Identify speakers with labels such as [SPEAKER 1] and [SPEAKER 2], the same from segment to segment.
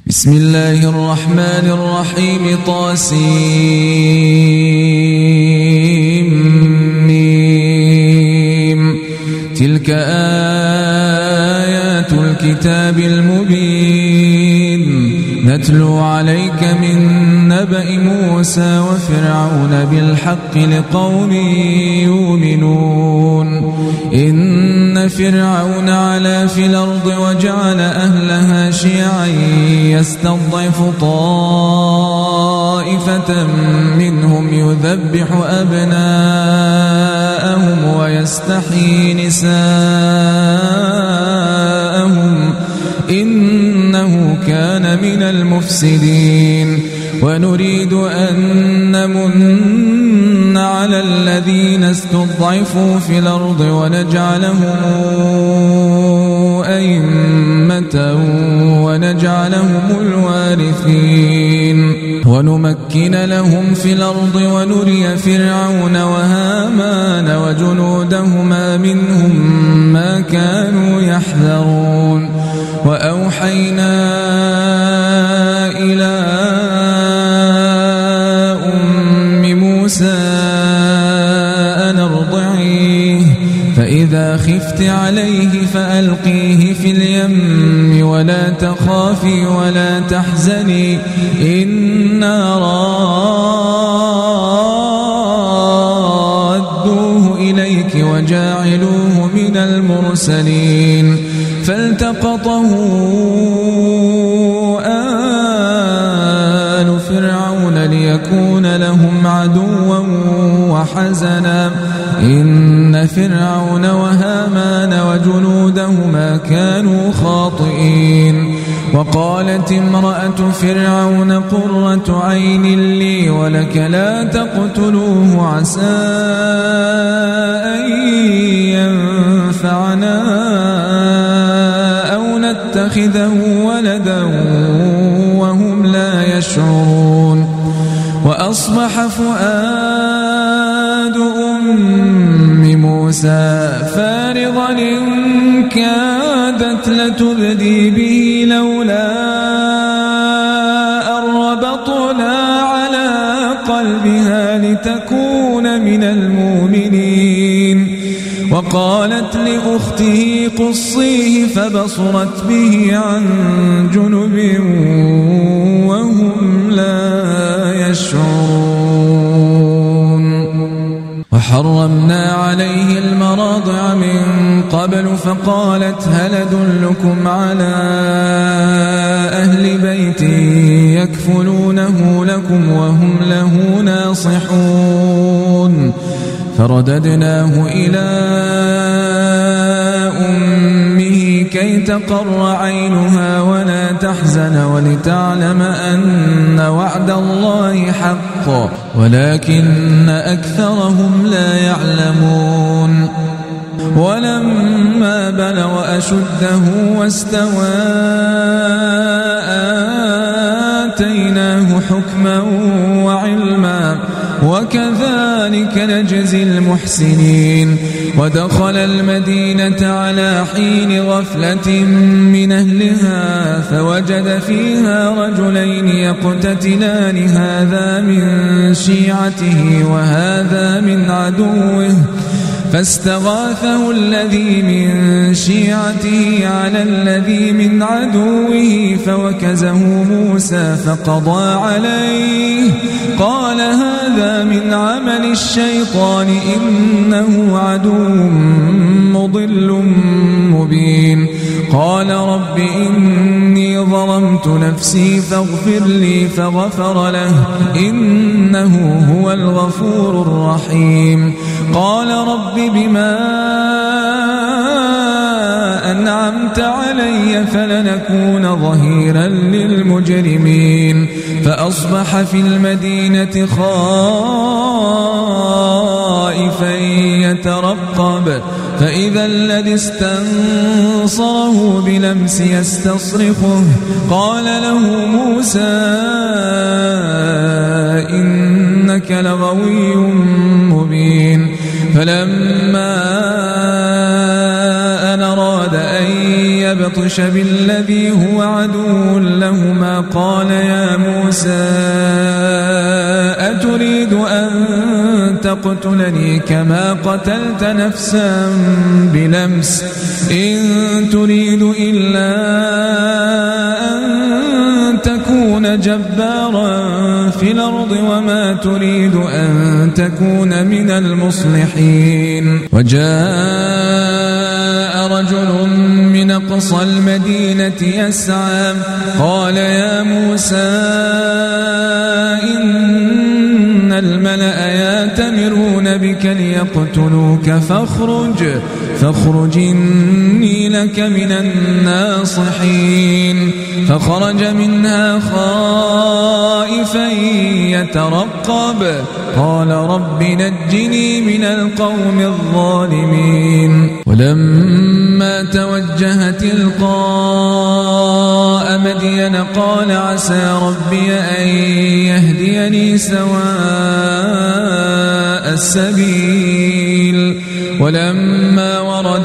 [SPEAKER 1] بسم الله الرحمن الرحيم طاسيم تلك آيات الكتاب المبين نتلو عليك من نبأ موسى وفرعون بالحق لقوم يؤمنون إن فرعون علا في الأرض وجعل أهلها شيعا يستضعف طائفة منهم يذبح أبناءهم ويستحيي نساءهم إنه كان من المفسدين ونريد أن نمن على الذين استضعفوا في الأرض ونجعلهم أئمة ونجعلهم الوارثين ونمكن لهم في الأرض ونري فرعون وهامان وجنودهما منهم ما كانوا يحذرون وأوحينا إلى أم موسى أن ارضعيه فإذا خفت عليه فألقيه في اليم ولا تخافي ولا تحزني إنا رادوه إليك وجاعلوه من المرسلين فالتقطه آل فرعون ليكون لهم عدوا وحزنا إن فرعون وهامان وجنودهما كانوا خاطئين وقالت امرأة فرعون قرة عين لي ولك لا تقتلوه عسى أن ينفعنا أو نتخذه ولدا وهم لا يشعرون وأصبح فؤاد أم موسى فارغا إن كادت لتبدي به لولا أن ربطنا على قلبها لتكون من المؤمنين وقالت لأخته قصيه فبصرت به عن جنب وهم لا يشعرون وحرمنا عليه المراضع من قبل فقالت هل أدلكم على أهل بيت يكفلونه لكم وهم له ناصحون فرددناه إلى أمه كي تقر عينها ولا تحزن ولتعلم أن وعد الله حق ولكن أكثرهم لا يعلمون ولما بلغ أشده واستوى آتيناه حكما وعلما وكذلك نجزي المحسنين ودخل المدينة على حين غفلة من أهلها فوجد فيها رجلين يقتتلان هذا من شيعته وهذا من عدوه فاستغاثه الذي من شيعته على الذي من عدوه فوكزه موسى فقضى عليه قال هذا من عمل الشيطان إنه عدو مضل مبين قال رب إني ظلمت نفسي فاغفر لي فغفر له إنه هو الغفور الرحيم قال رب بما أنعمت علي فلنكون ظهيرا للمجرمين فأصبح في المدينة خائفا يترقب فإذا الذي استنصره بلمس يستصرخه قال له موسى إنك لغوي مبين فلما أن أراد أن فيبطش بالذي هو عدو لهما قال يا موسى أتريد أن تقتلني كما قتلت نفسا بلمس إن تريد إلا أن تكون جبارا في الأرض وما تريد أن تكون من المصلحين. وجاء رجل من أقصى المدينة يسعى قال يا موسى إن الملأ يأتمرون بك ليقتلوك فاخرج إني لك من الناصحين. فخرج منها خائفا يترقب قال رب نجني من القوم الظالمين. ولما توجه تلقاء مدين قال عسى ربي أن يهديني سواء السبيل. ولما ورد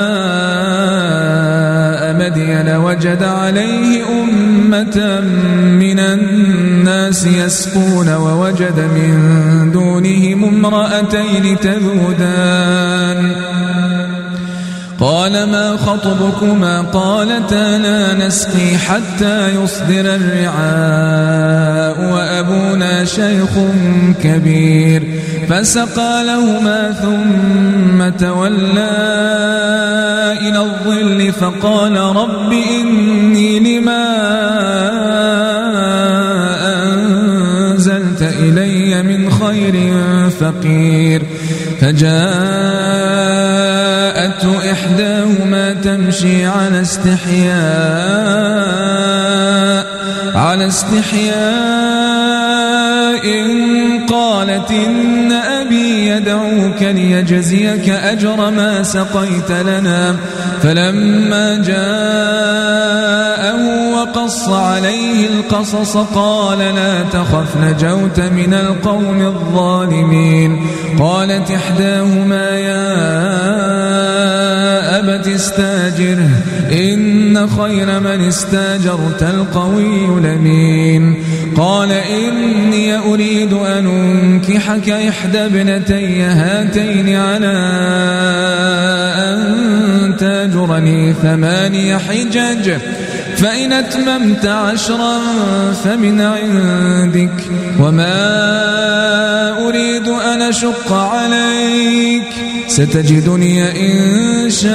[SPEAKER 1] ماء مدين وجد عليه أمة من الناس يسقون ووجد من دونهم امرأتين تذودان قال ما خطبكما قالتا لا نسقي حتى يصدر الرعاء وأبونا شيخ كبير. فسقى لهما ثم تولى إلى الظل فقال رب إني لما أنزلت إلي من خير فقير. فجاءته إحداهما تمشي على استحياء قالت إن أبي يدعوك ليجزيك أجر ما سقيت لنا. فلما جاءه وقص عليه القصص قال لا تخف نجوت من القوم الظالمين. قالت إحداهما يا أبت استاجره إن خير من استاجرت القوي الأمين. قال إني أريد أن أنكحك إحدى ابنتي هاتين على أن تاجرني 8 حجج فإن أتممت 10 فمن عندك وما أريد أن أشق عليك ستجدني إن شاء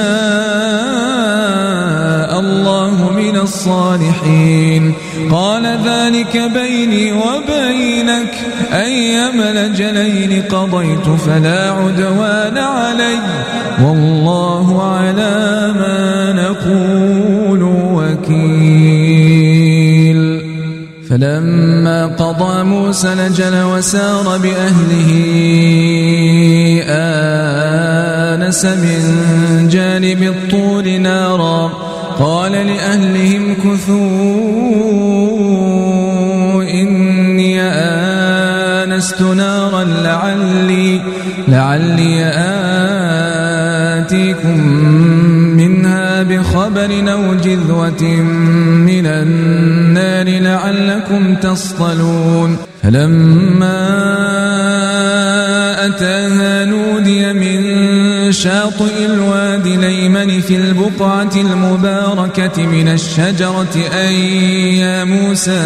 [SPEAKER 1] الله من الصالحين. قال ذلك بيني وبينك أيما الأجلين قضيت فلا عدوان علي والله على ما نقول وكيل. فلما قضى موسى الأجل وسار بأهله آنس من جانب الطور نارا قال لأهلهم كثوا إني آنست نارا لعلي آتيكم منها بخبر أو جذوة من النار لعلكم تصطلون. فلما أتاها نودي من شاطئ الوادي الأيمن في البقعة المباركة من الشجرة أن يا موسى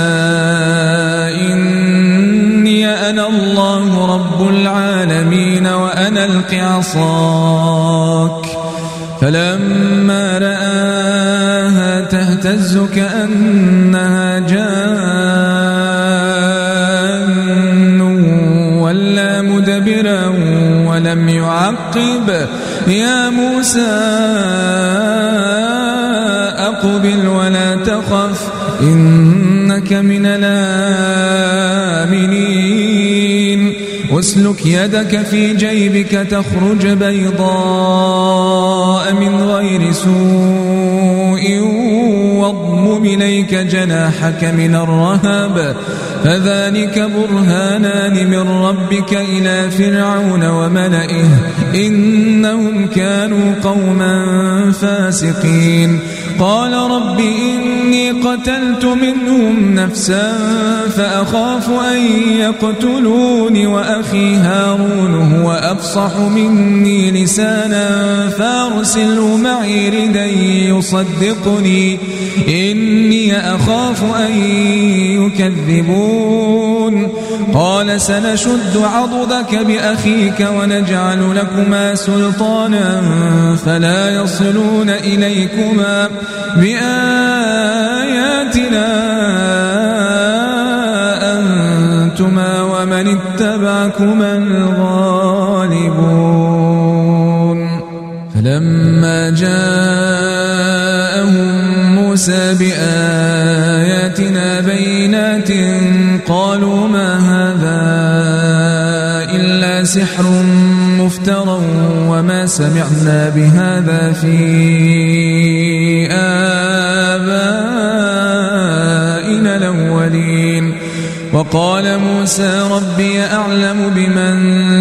[SPEAKER 1] إني أنا الله رب العالمين وأنا ألق عصاك. فلما رآها تهتز كأنها جان ولا مدبرا ولم يعقب يا موسى أقبل ولا تخف إنك من الآمنين. واسلك يدك في جيبك تخرج بيضاء من غير سوء واضمم إليك جناحك من الرهب فذلك برهانان من ربك إلى فرعون وملئه إنهم كانوا قوما فاسقين. قال رب إني قتلت منهم نفسا فأخاف أن يقتلون وأخي هارون هو أفصح مني لسانا فارسله معي ردا يصدقني إني أخاف أن يكذبون قال سنشد عضدك بأخيك ونجعل لكما سلطانا فلا يصلون إليكما بآياتنا أنتما ومن اتبعكما الغالبون فلما جاءهم موسى بآياتنا بينات قالوا ما هذا إلا سحر مفترى وما سمعنا بهذا في آبائنا الأولين وقال موسى ربي أعلم بمن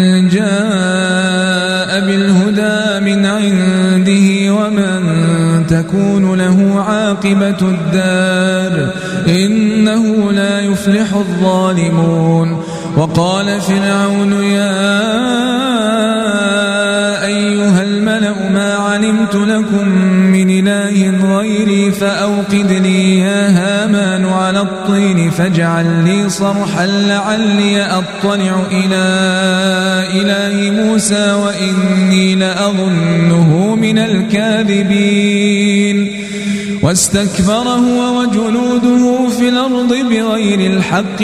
[SPEAKER 1] جاء بالهدى من عنده ومن تكون له عاقبة الدار إنه لا يفلح الظالمون وقال فرعون يا أيها الملأ ما علمت لكم من إله غيري فأوقد لي يا هامان على الطين فاجعل لي صرحا لعلي أطلع إلى إله موسى وإني لأظنه من الكاذبين واستكبر هو وجنوده في الأرض بغير الحق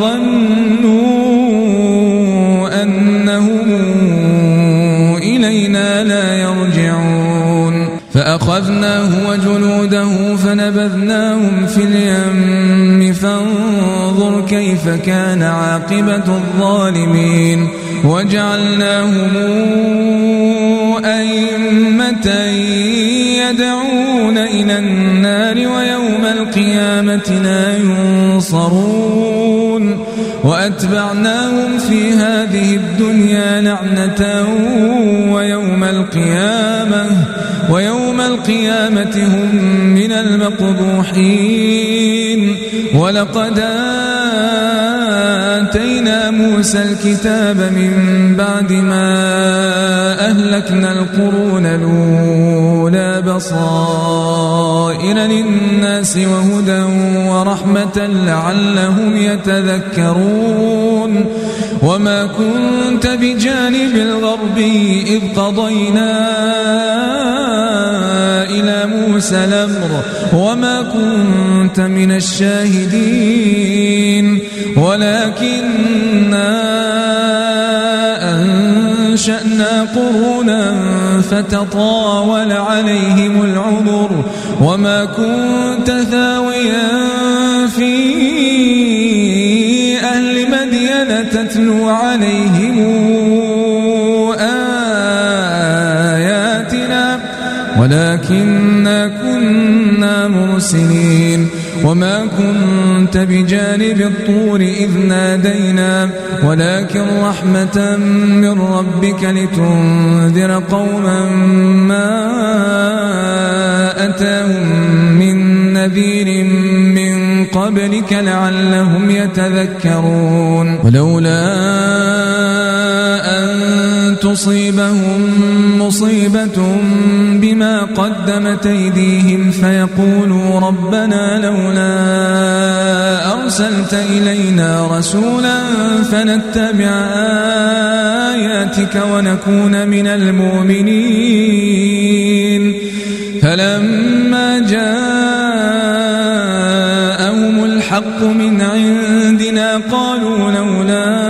[SPEAKER 1] وظنوا أنهم إلينا لا يرجعون فأخذناه وجنوده فنبذناهم في اليم فانظر كيف كان عاقبة الظالمين وجعلناهم أئمة يدعون إلى النار ويوم القيامة لا ينصرون وأتبعناهم في هذه الدنيا لعنة ويوم القيامة هم من المقبوحين ولقد آتينا موسى الكتاب من بعد ما أهلكنا القرون الأولى بصائر للناس وهدى ورحمة لعلهم يتذكرون وما كنت بجانب الغربي إذ قضينا إلى موسى الأمر وما كنت من الشاهدين ولكننا أنشأنا قرونا فتطاول عليهم العمر وما كنت ثاويا في أهل مدين تتلو عليهم آياتنا ولكننا كنا مرسلين وما كنت بجانب الطور إذ نادينا ولكن رحمة من ربك لتنذر قوما ما أتاهم من نذير من قبلك لعلهم يتذكرون ولولا أن تصيبهم مصيبة بما قدمت أيديهم فيقولوا ربنا لولا أرسلت إلينا رسولا فنتبع آياتك ونكون من المؤمنين فلما جاءهم الحق من عندنا قالوا لولا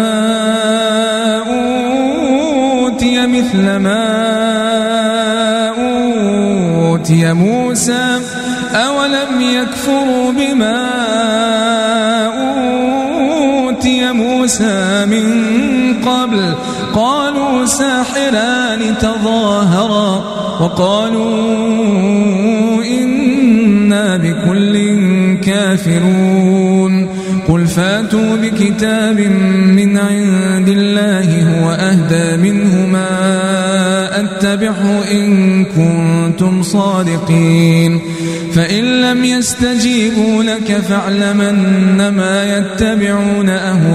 [SPEAKER 1] أوتي مثل ما أوتي موسى أولم يكفروا بما أوتي موسى من قبل قالوا ساحران تظاهرا وقالوا إنا بكل كافرون قل فاتوا بكتاب من عند الله هو أهدى منه ما أتبعه إن كنتم صادقين فإن لم يستجيبوا لك فاعلم أنما يتبعون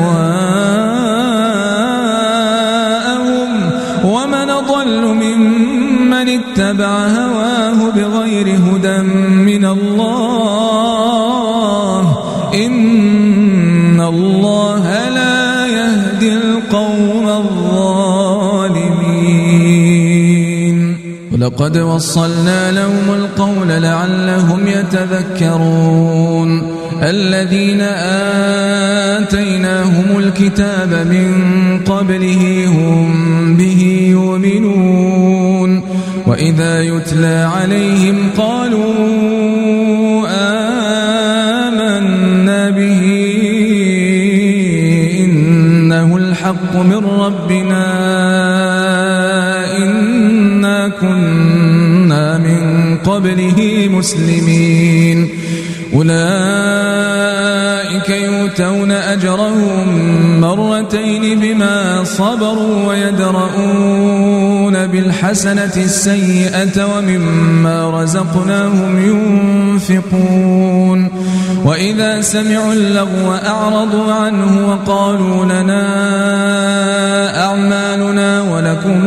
[SPEAKER 1] أهواءهم ومن أضل ممن اتبع هواه بغير هدى من الله إن الله لا يهدي القوم الظالمين ولقد وصلنا لهم القول لعلهم يتذكرون الذين آتيناهم الكتاب من قبله هم به يؤمنون وإذا يتلى عليهم قالوا آمنا به إنه الحق من ربنا إنا كنا من قبله مسلمين أولئك يؤتون أجرهم مرتين بما صبروا ويدرؤون بالحسنة السيئة ومما رزقناهم ينفقون وإذا سمعوا اللغو أعرضوا عنه وقالوا لنا أعمالنا ولكم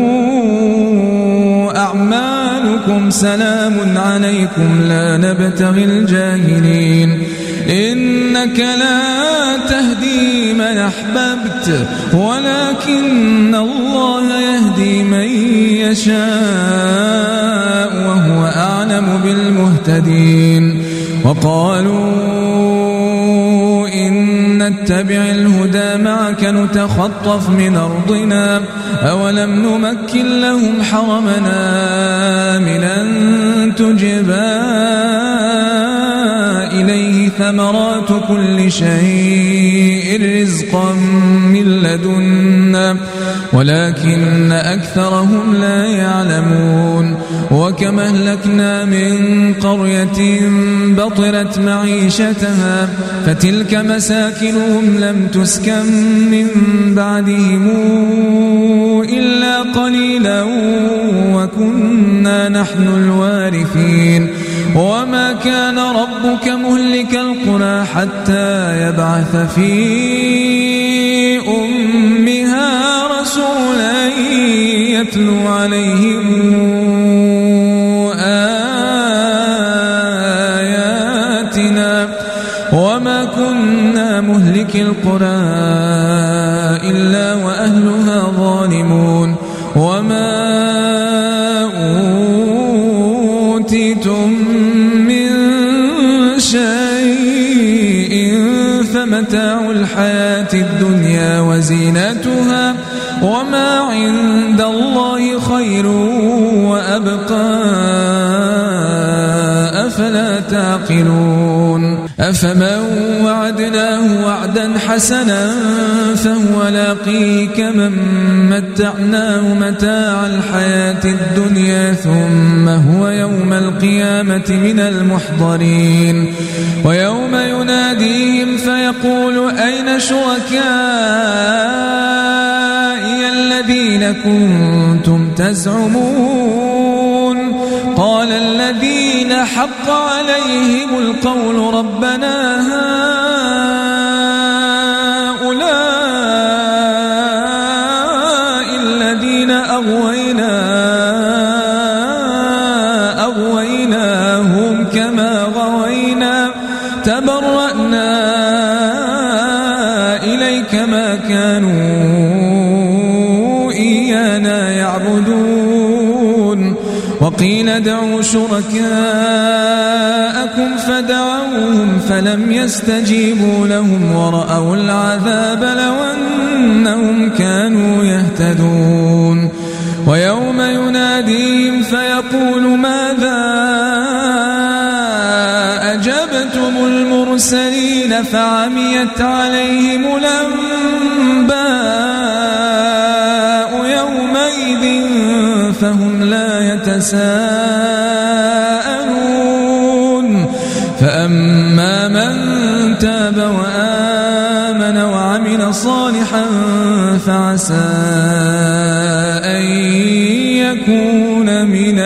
[SPEAKER 1] أعمالكم سلام عليكم لا نبتغي الجاهلين إنك لا تهدي من أحببت ولكن الله يهدي من يشاء وهو أعلم بالمهتدين وقالوا إن نتبع الهدى معك نتخطف من أرضنا أولم نمكن لهم حرمنا آمنا تجبى إليه ثمرات كل شيء رزقا من لدنا ولكن أكثرهم لا يعلمون وكم أهلكنا من قرية بطرت معيشتها فتلك مساكنهم لم تسكن من بعدهم إلا قليلا وكنا نحن الوارثين وما كان ربك مهلك القرى حتى يبعث في أمها رسولا يتلو عليهم آياتنا وما كنا مهلك القرى إلا وأهلها ظالمون وما أوتيتم من شيء فمتاع الحياة الدنيا وزينتها وما عند الله خير وأبقى أفلا تعقلون أفمن وعدناه وعدا حسنا فهو لاقيه كمن متعناه متاع الحياة الدنيا ثم هو يوم القيامة من المحضرين ويوم يناديهم فيقول أين شركائي الذين كنتم تزعمون قال الذين حق عليهم القول ربنا هؤلاء الذين أغويناهم كما غوينا تبرأنا إليك ما كانوا إيانا يعبدون وقيل ادعوا شركاءكم فدعوهم فلم يستجيبوا لهم ورأوا العذاب لو أنهم كانوا يهتدون ويوم يناديهم فيقول ماذا أجبتم المرسلين فعميت عليهم الأنباء يومئذ فهم لا يتساءلون فأما تاب وآمن وعمل صالحا فعسى أن يكون من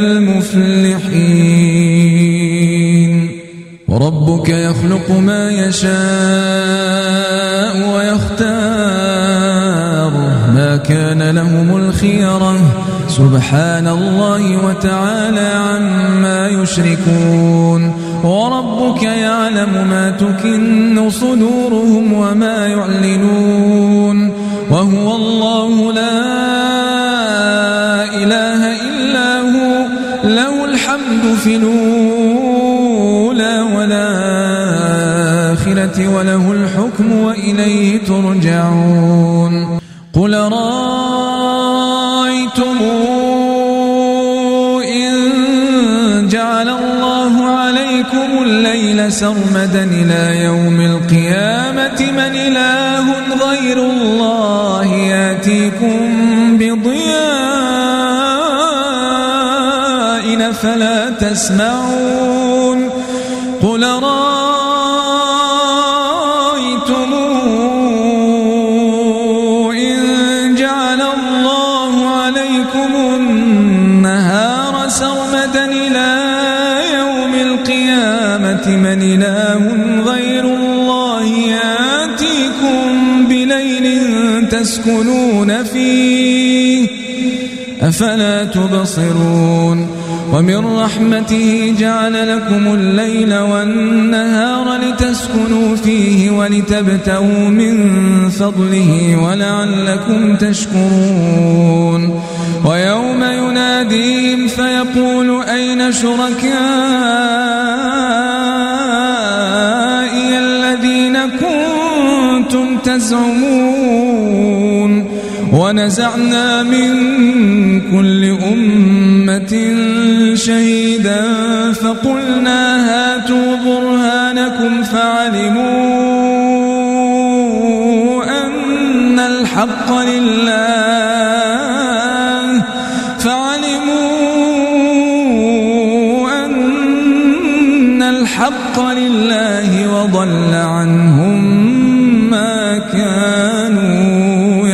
[SPEAKER 1] المفلحين. وربك يخلق ما يشاء ويختار ما كان لهم الخيرة سبحان الله وتعالى عما يشركون. وربك يعلم ما تكن صدورهم وما يعلنون وهو الله لا إله إلا هو له الحمد في الأولى والآخرة وله الحكم وإليه ترجعون. قل رأيتم إن جعل الله عليكم الليل سرمدا إلى يوم القيامة من إله غير الله يأتيكم بضياء فلا تسمعون. قل رأيتم إن جعل الله عليكم النهار سرمدا إلى يوم القيامة من إله غير الله يأتيكم بليل تسكنون فيه أفلا تبصرون. ومن رحمته جعل لكم الليل والنهار لتسكنوا فيه ولتبتغوا من فضله ولعلكم تشكرون. ويوم يناديهم فيقول أين شركائي الذين كنتم تزعمون. ونزعنا من كل أمة شهيدا فقلنا هاتوا برهانكم فعلموا أن الحق لله وضل عنهم ما كانوا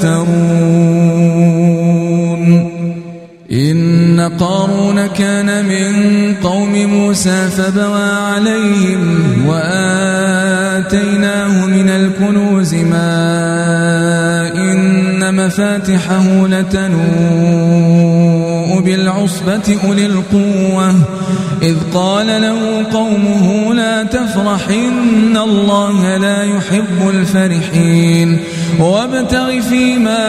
[SPEAKER 1] يفترون. إن قارون كان من قوم موسى فبغى عليهم وآتيناه من الكنوز ما إن مفاتحه لتنوء بالعصبة أولي القوة إذ قال له قومه لا تفرح إن الله لا يحب الفرحين. وابتغ فيما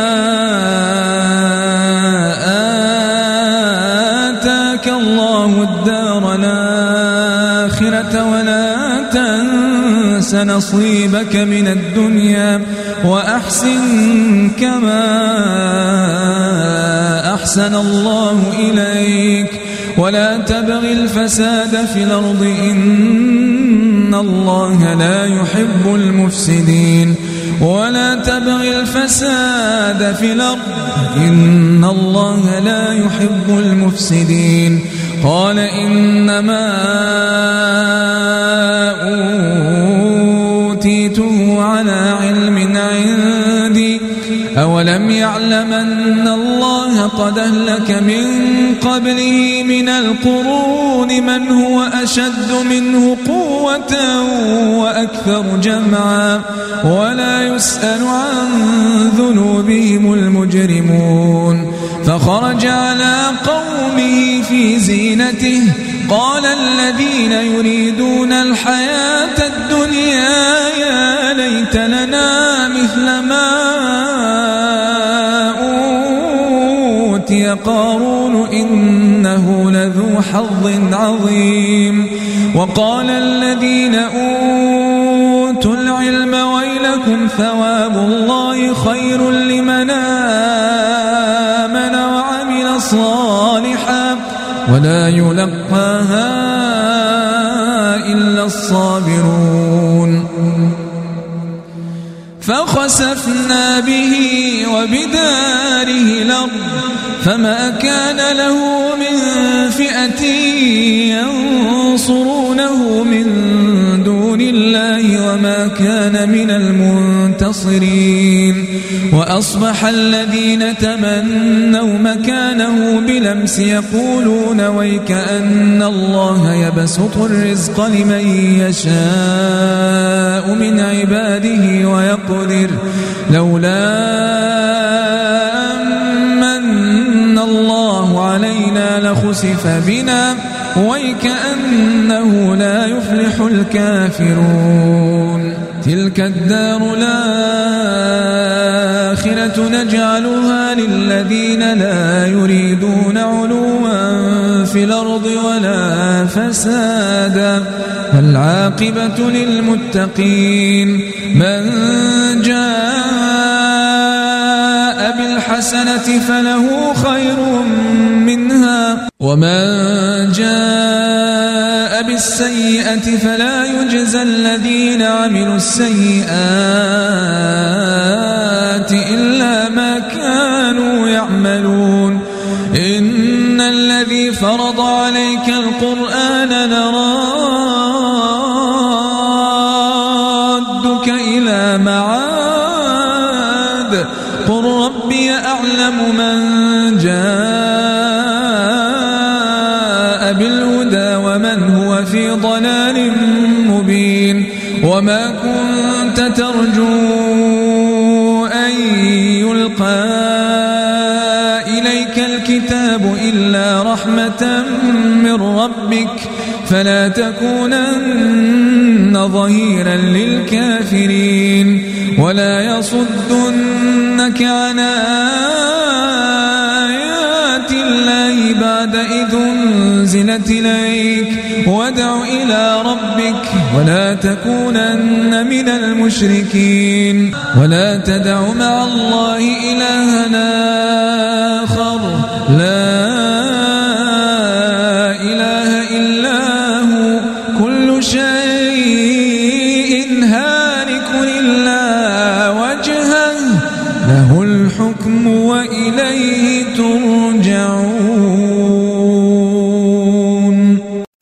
[SPEAKER 1] آتاك الله الدار الآخرة ولا تنس نصيبك من الدنيا وأحسن كما أحسن الله إليك ولا تبغ الفساد في الأرض إن الله لا يحب المفسدين. ولا تبغ الفساد في الأرض إن الله لا يحب المفسدين. قال إنما أوتيته على علم عندي أولم يعلم أن الله قد أهلك من قبله من القرون من هو أشد منه قوة وأكثر جمعا ولا يسأل عن ذنوبهم المجرمون. فخرج على قومه في زينته قال الذين يريدون الحياة الدنيا يا ليت لنا مثل ما أوتي قارون إنه لذو حظ عظيم. وقال الذين أوتوا العلم ويلكم ثواب الله خير لمن آمن وعمل صالحا ولا يلقاها إلا الصابرون. فخسفنا به وبداره الأرض فما كان له من فئة ينصرونه من دون الله وما كان من المنتصرين. وأصبح الذين تمنوا مكانه بلمس يقولون ويكأن الله يبسط الرزق لمن يشاء من عباده ويقدر لولا أمن الله علينا لخسف بنا ويكأنه لا يفلح الكافرون. تلك الدار الآخرة نجعلها للذين لا يريدون علوا في الأرض ولا فسادا والعاقبة للمتقين. من جاء بالحسنة فله خير منها ومن جاء بالسيئة فلا يجزى الذين عملوا السيئات إلا ما كانوا يعملون. إن الذي فرض عليك القرآن لرادك إلى معاد قل ربي أعلم من جاء بالهدى ومن هو في ضلال مبين. وما كنت ترجو أن يلقى إليك الكتاب إلا رحمة من ربك فلا تكونن ظهيرا للكافرين. ولا يصدنك عن آيات الله بعد إذ أنزلت إليك وادع إلى ربك ولا تكونن من المشركين. ولا تدع مع الله إلهنا آخر لا إله إلا هو كل شيء هالك إلا وجهه له الحكم وإليه ترجعون.